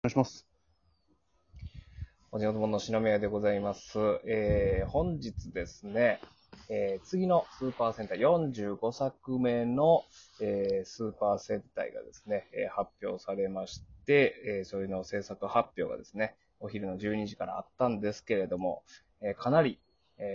お願いします。 お地元の篠宮でございます。本日ですね、次のスーパー戦隊45作目の、スーパー戦隊がですね、発表されまして、それの制作発表がですね、お昼の12時からあったんですけれども、かなり、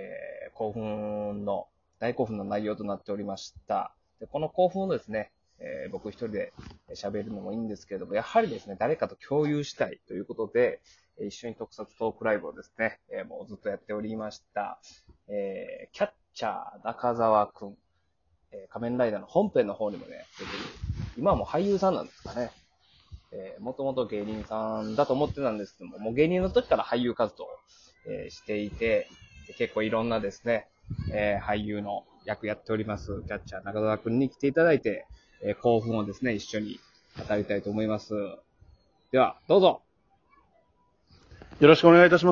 大興奮の内容となっておりました。でこの興奮をですね、僕一人で喋るのもいいんですけれども、やはりですね、誰かと共有したいということで、一緒に特撮トークライブをですね、もうずっとやっておりました。キャッチャー中澤くん、仮面ライダーの本編の方にもね、出てる。今はもう俳優さんなんですかね。もともと芸人さんだと思ってたんですけども、もう芸人の時から俳優活動を、していて、結構いろんなですね、俳優の役やっております、キャッチャー中澤くんに来ていただいて、興奮をですね、一緒に語りたいと思います。では、どうぞ。 よろしくお願いいたします。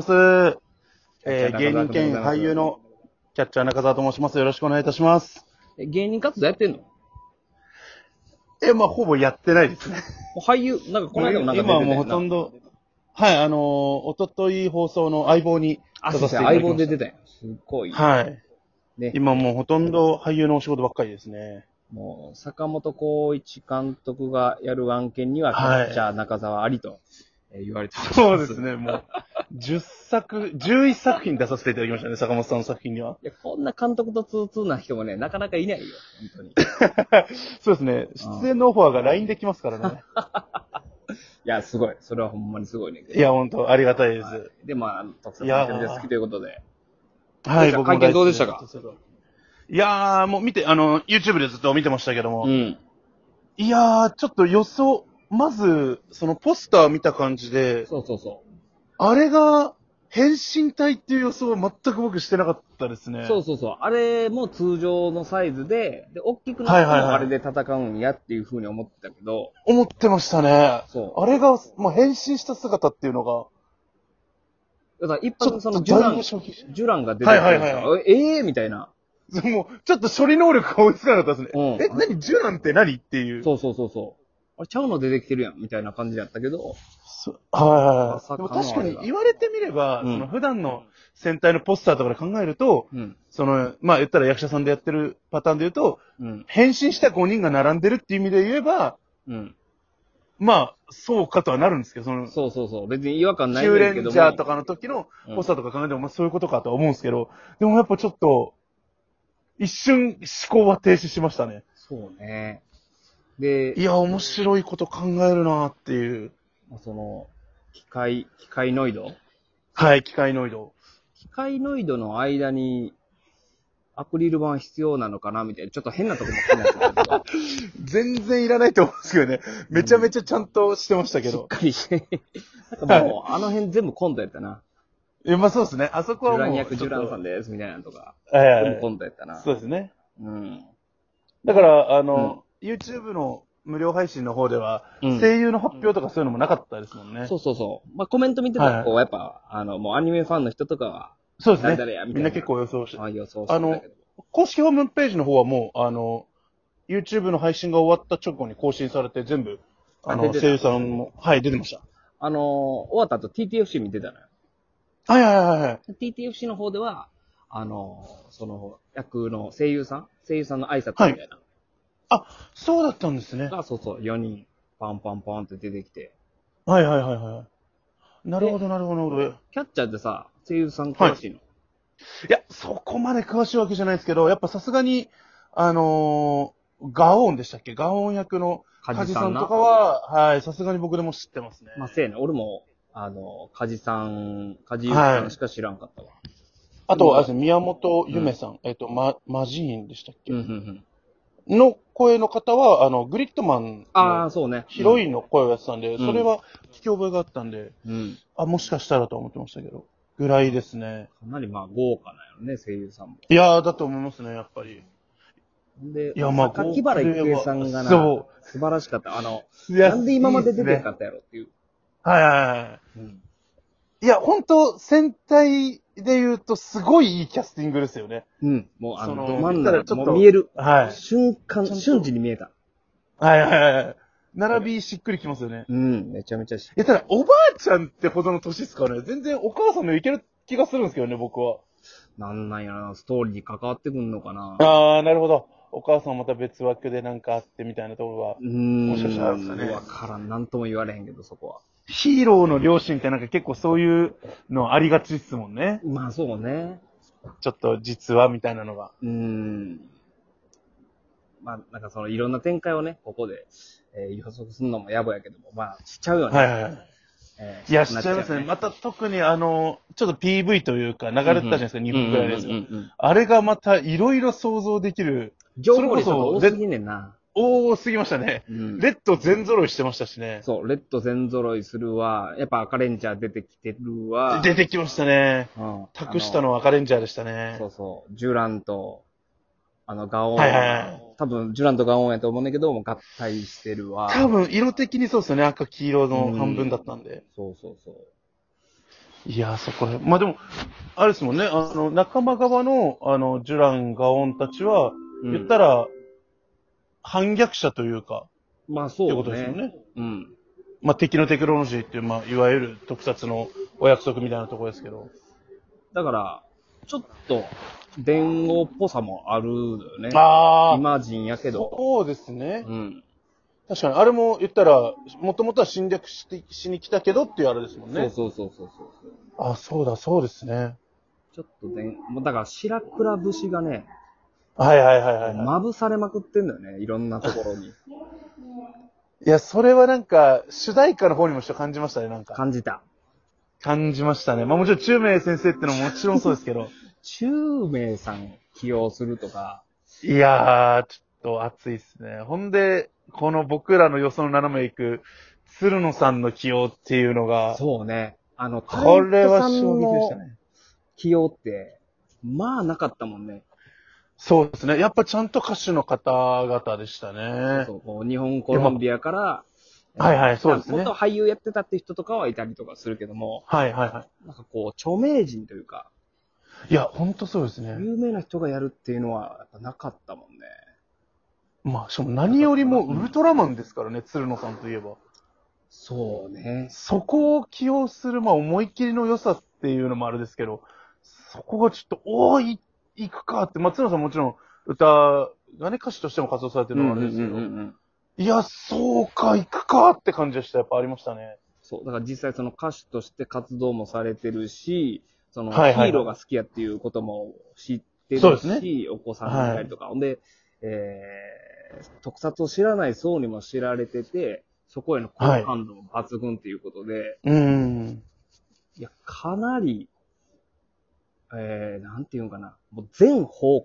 芸人兼俳優のキャッチャー中澤と申します。よろしくお願いいたします。 芸人活動やってんの？ まあ、ほぼやってないですね。 俳優、なんかこの間もなんか出てたよな。 今はもうほとんど、はい、おととい放送の相棒に出させていただきました。相棒で出たよ。すごい。 はい。ね、今もうほとんど俳優のお仕事ばっかりですね。 もう、坂本浩一監督がやる案件には、キャッチャー中澤ありと言われてます。 そうですね、もう、11作品出させていただきましたね、坂本さんの作品には。 いや、こんな監督とツーな人もね、なかなかいないよ、本当に。 そうですね、出演のオファーが LINE できますからね。 いや、すごい。それはほんまにすごいね。 いや、本当ありがたいです。はい、 で、まあ、特撮が好きということで。 はい、僕も会見どうでしたか？ いやー、もう見て、YouTube でずっと見てましたけども。 うん。 いやー、ちょっと予想、まず、そのポスター見た感じで、 そうそうそう。 あれが、変身体っていう予想は全く僕してなかったですね。 そうそうそう。あれも通常のサイズで、大きくなってもあれで戦うんやっていう風に思ってたけど。 思ってましたね。 そう。 あれが、まあ、変身した姿っていうのが、 だから一般にそのジュランが出てくるんですよ。みたいな。 もう、ちょっと処理能力が追いつかなかったですね。何ジュランって何っていう。 そうそうそうそう。あれ、ちゃうの出てきてるやんみたいな感じだったけど。 はい。でも確かに言われてみれば、その普段の戦隊のポスターとかで考えると、その、まあ言ったら役者さんでやってるパターンで言うと、変身した5人が並んでるっていう意味で言えば、まあ、そうかとはなるんですけど、 そうそうそう。別に違和感ないんだけども。 キューレンジャーとかの時のポスターとか考えても、まあそういうことかとは思うんですけど、でもやっぱちょっと、一瞬思考は停止しましたね。 そうね。で、 いや、面白いこと考えるなっていう。 その、機械ノイド？ はい、機械ノイド。 機械ノイドの間に、アクリル板必要なのかなみたいな、ちょっと変なとこも気になってたけど。 全然いらないと思うんですけどね。めちゃめちゃちゃんとしてましたけど。 しっかりして。なんかもう、あの辺全部コントやったな。 まあそうですね。あそこはもう。 ジュラン役ジュランさんです、みたいなのとか。全部コントやったな。 そうですね。だから、YouTube の無料配信の方では、声優の発表とかそういうのもなかったですもんね。 そうそうそう。まあコメント見てたら、こう、やっぱ、もうアニメファンの人とかは、 そうですね。みんな結構予想して。 予想してたけど。 公式ホームページの方はもう、YouTube の配信が終わった直後に更新されて全部、声優さんも、はい、出てました。 終わった後 TTFC 見てたのよ。 はい。 TTFC の方では、その役の声優さんの挨拶みたいな。はい、 あ、そうだったんですね。 そうそう、4人、パンパンパンって出てきて。 はい。なるほど。 キャッチャーってさ、声優さん詳しいの？ いや、そこまで詳しいわけじゃないですけど、やっぱさすがに、ガオーンでしたっけ？ガオーン役のカジさんとかは、はい、さすがに僕でも知ってますね。 まあ、せやね。俺も、カジユキさんしか知らんかったわ。 あと、宮本ゆめさん、マジーンでしたっけ？の声の方は、グリッドマンのそうね。 ヒロインの声をやってたんで、それは聞き覚えがあったんで、もしかしたらと思ってましたけど、ぐらいですね。 かなりまあ豪華なよね、声優さんも。 いやー、だと思いますね、やっぱり。 で、木原郁恵さんがな、素晴らしかった。なんで今まで出てなかったやろっていう。 はい。いや、本当戦隊で言うと、すごいいいキャスティングですよね。 もうど真ん中、もう見える。瞬時に見えた。 はい。 並びしっくりきますよね。 めちゃめちゃしっくり。 ただ、おばあちゃんってほどの年ですかね。全然お母さんのいける気がするんですけどね、僕は。 なんやな、ストーリーに関わってくんのかな。 なるほど。お母さんまた別枠でなんかあってみたいなところは。もしかしたらあるんですかね。 わからん。なんとも言われへんけど、そこは。 ヒーローの両親ってなんか結構そういうのありがちっすもんね。 まあそうね。 ちょっと実話みたいなのが。 まあなんかそのいろんな展開をね、ここで、予測するのも野暮やけども、まあしちゃうよね。 いや、しちゃいますね。また特にちょっと PV というか流れてたじゃないですか、2分くらいのやつが。あれがまたいろいろ想像できる。 情報量ちょっと多すぎねんな。 多すぎましたね。レッド全揃いしてましたしね。 そう、レッド全揃いするわ。やっぱ赤レンジャー出てきてるわ。 出てきましたね。託したのは赤レンジャーでしたね。 そうそう。ジュランと、ガオン。多分、ジュランとガオンやと思うんだけど、もう合体してるわ。 多分、色的にそうですよね。赤、黄色の半分だったんで。 そうそうそう。 いや、そこらまあでも、あれですもんね。仲間側の、ジュラン、ガオンたちは、言ったら、反逆者というか。 まあそうね。 ってことですよね。まあ敵のテクノロジーっていう、まあ、いわゆる特撮のお約束みたいなところですけど。 だから、ちょっと、伝言っぽさもあるのよね。イマジンやけど。 そうですね。確かに、あれも言ったら、もともとは侵略しに来たけどっていうあれですもんね。 そう。 そうですね。 ちょっともうだから白倉節がね、まぶされまくってんだよね、いろんなところに。 いや、それはなんか、主題歌の方にも感じましたね、なんか。 感じましたね。まあもちろん、中明先生ってのももちろんそうですけど。 中明さん起用するとか。 いやー、ちょっと熱いっすね。ほんで、この僕らの予想の斜め行く、鶴野さんの起用っていうのが。 そうね。 これは衝撃でしたね。 起用って、まあなかったもんね。 そうですね。やっぱちゃんと歌手の方々でしたね。 そう日本コロンビアから、 そうですね。 元俳優やってたって人とかはいたりとかするけども、 なんかこう、著名人というか、 いや、ほんとそうですね。 有名な人がやるっていうのは、やっぱなかったもんね。 まあ、しかも何よりもウルトラマンですからね、鶴野さんといえば。 そうね。 そこを起用する、まあ、思い切りの良さっていうのもあれですけど、そこがちょっと、行くかって、まあ、鶴野さんもちろん歌がね、歌手としても活動されてるのはあれですけど、いや、そうか、行くかって感じでした。やっぱありましたね。 そう。だから実際その歌手として活動もされてるし、そのヒーローが好きやっていうことも知ってるし、そうですね、お子さんがいたりとか。ほんで、特撮を知らない層にも知られてて、そこへの好感度も抜群っていうことで、いや、かなり、なんていうのかな、もう全方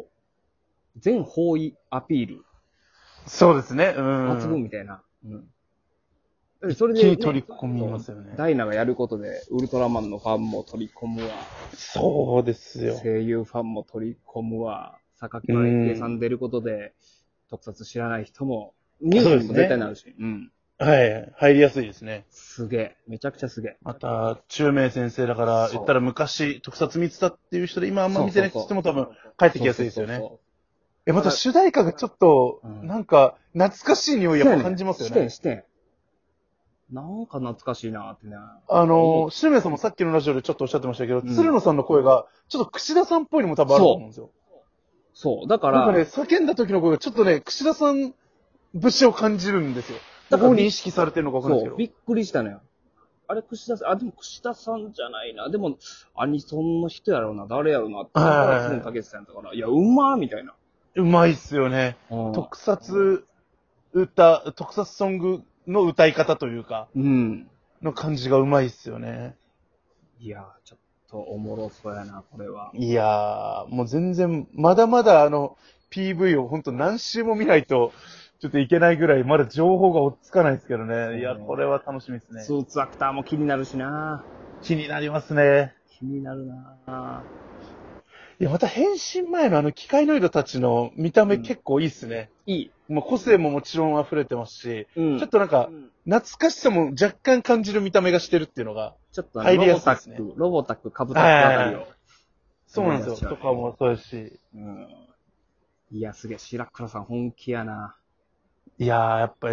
位アピール。 そうですね。 抜群みたいな。 それで、ね、取り込みますよね。 ダイナがやることで、ウルトラマンのファンも取り込むわ。 そうですよ。 声優ファンも取り込むわ。榊原郁恵さん出ることで、特撮知らない人も、ニュースにも絶対なるし。 入りやすいですね。 すげえ。めちゃくちゃすげえ。 また、中明先生だから、言ったら昔、特撮見てたっていう人で、今あんま見てない人も多分、帰ってきやすいですよね。また主題歌がちょっと、なんか、懐かしい匂いやっぱ感じますよね。 して。なんか懐かしいなってね。 中明さんもさっきのラジオでちょっとおっしゃってましたけど、鶴野さんの声が、ちょっと串田さんっぽいのも多分あると思うんですよ。 そう。だから。 なんかね、叫んだ時の声がちょっとね、串田さん節を感じるんですよ。どこに意識されてるのかわかんないですけど。 そう、びっくりしたのよ。あれ、串田さん、でも串田さんじゃないな。でも、アニソンの人やろうな、誰やろうなって。多分かけてたんだから、いや、みたいな。 うまいっすよね。特撮ソングの歌い方というか、の感じがうまいっすよね。 いやー、ちょっとおもろそうやな、これは。 いやー、もう全然、まだまだPV をほんと何周も見ないと、ちょっといけないぐらい、まだ情報が追っつかないですけどね。いや、これは楽しみですね。 スーツアクターも気になるしな。 気になりますね。 気になるな。 いや、また変身前の機械ノイドたちの見た目結構いいっすね。 いい。 まあ、個性ももちろん溢れてますし、ちょっとなんか、懐かしさも若干感じる見た目がしてるっていうのが、 ちょっと入りやすいですね。 ロボタック、カブタックあたりを。 そうなんですよ。とかもそうですし。 いや、すげえ、白倉さん本気やな。 いやー、やっぱ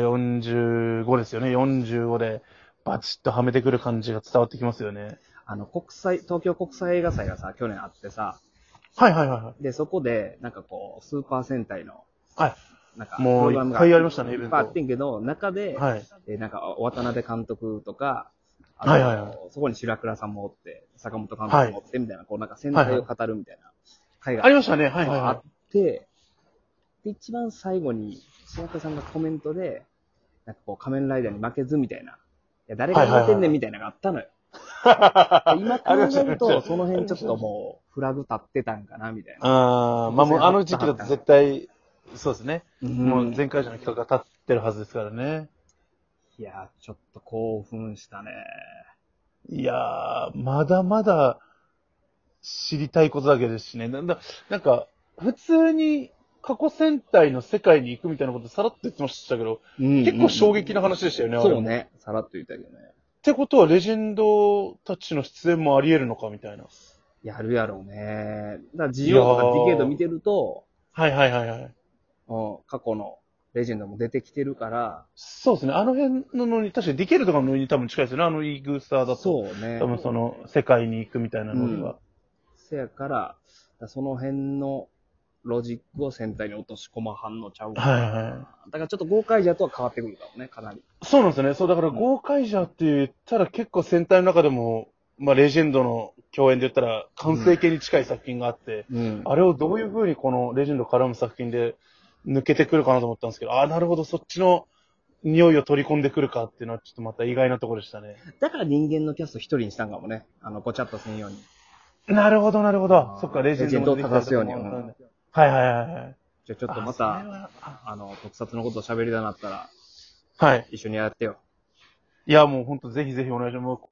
45ですよね。45でバチッとはめてくる感じが伝わってきますよね。 東京国際映画祭がさ、去年あってさ、 はいはいはいはい。 で、そこで、なんかこう、スーパー戦隊の、 はい。 なんか、プもういっログラムがぱいありましたね、イベンいっぱいあってト。 んけど、中で、 はい。 なんか、渡辺監督とか、あはいはいはい。 と、そこに白倉さんもおって、坂本監はい。 督もおって、みたいな、こう、なんか戦はいはい。 隊を語るみたいな会がありましたね。はいはいあっはい。 て、で、一番最後に、白倉さんがコメントで、なんかこう、仮面ライダーに負けずみたいな、いや、誰がはい言うてんねんはいはい。 みたいなのがあったのよ。で今ありました、あり考えると、 ました。 その辺ちょっとありました。 もう、フラグ立ってたんかな、みたいな。 あー、まあもう伏線張っあの時期だとたはったんか絶対、そうですね。 な。うもうん。 前回者の企画が立ってるはずですからね。 いやー、ちょっと興奮したね。 いやー、まだまだ知りたいことだけですしね。なんか、普通に過去戦隊の世界に行くみたいなことさらっと言ってましたけど、 うんうんうん。 結構衝撃な話でしたよね、あれも。っそうね。さらっと言ったけどね。 てことは、レジェンドたちの出演もあり得るのかみたいな。 やるやろうね。だから、ジいやオとかディケイド見ー、 てると、 はいはいはいはい。 過去のレジェンドも出てきてるから、 そうですね。あの辺のノリ、確かにディケルとかのノリに多分近いですよね。あのイーグースターだと。 そうね。 多分その世界に行くみたいなうん。 ノリは。 せやから、その辺のロジックを戦隊に落とし込まはんのちゃうかな。 はいはい。 だからちょっと豪快者とは変わってくるかもね、かなり。 そうなんですよね。そう、だからうん。 ゴーカイジャーって言ったら結構戦隊の中でも、まあレジェンドの共演で言ったら完成形に近い作品があって、 うん。 あれをどういう風にこのレジェンド絡む作品で抜けてくるかなと思ったんですけど、ああ、なるほど、そっちの匂いを取り込んでくるかっていうのはちょっとまた意外なところでしたね。 だから人間のキャスト一人にしたんかもね。ごちゃっとせんように。 なるほど、なるほど。そっか、レジェンドも出てきたりとかも。 レジェンドを正すようにはいはいはいはい。 じゃあちょっとまそれた、 は、 特撮のことを喋りたなったら、 はい。 一緒にやってよ。 いや、もう本当ぜひぜひお願いします。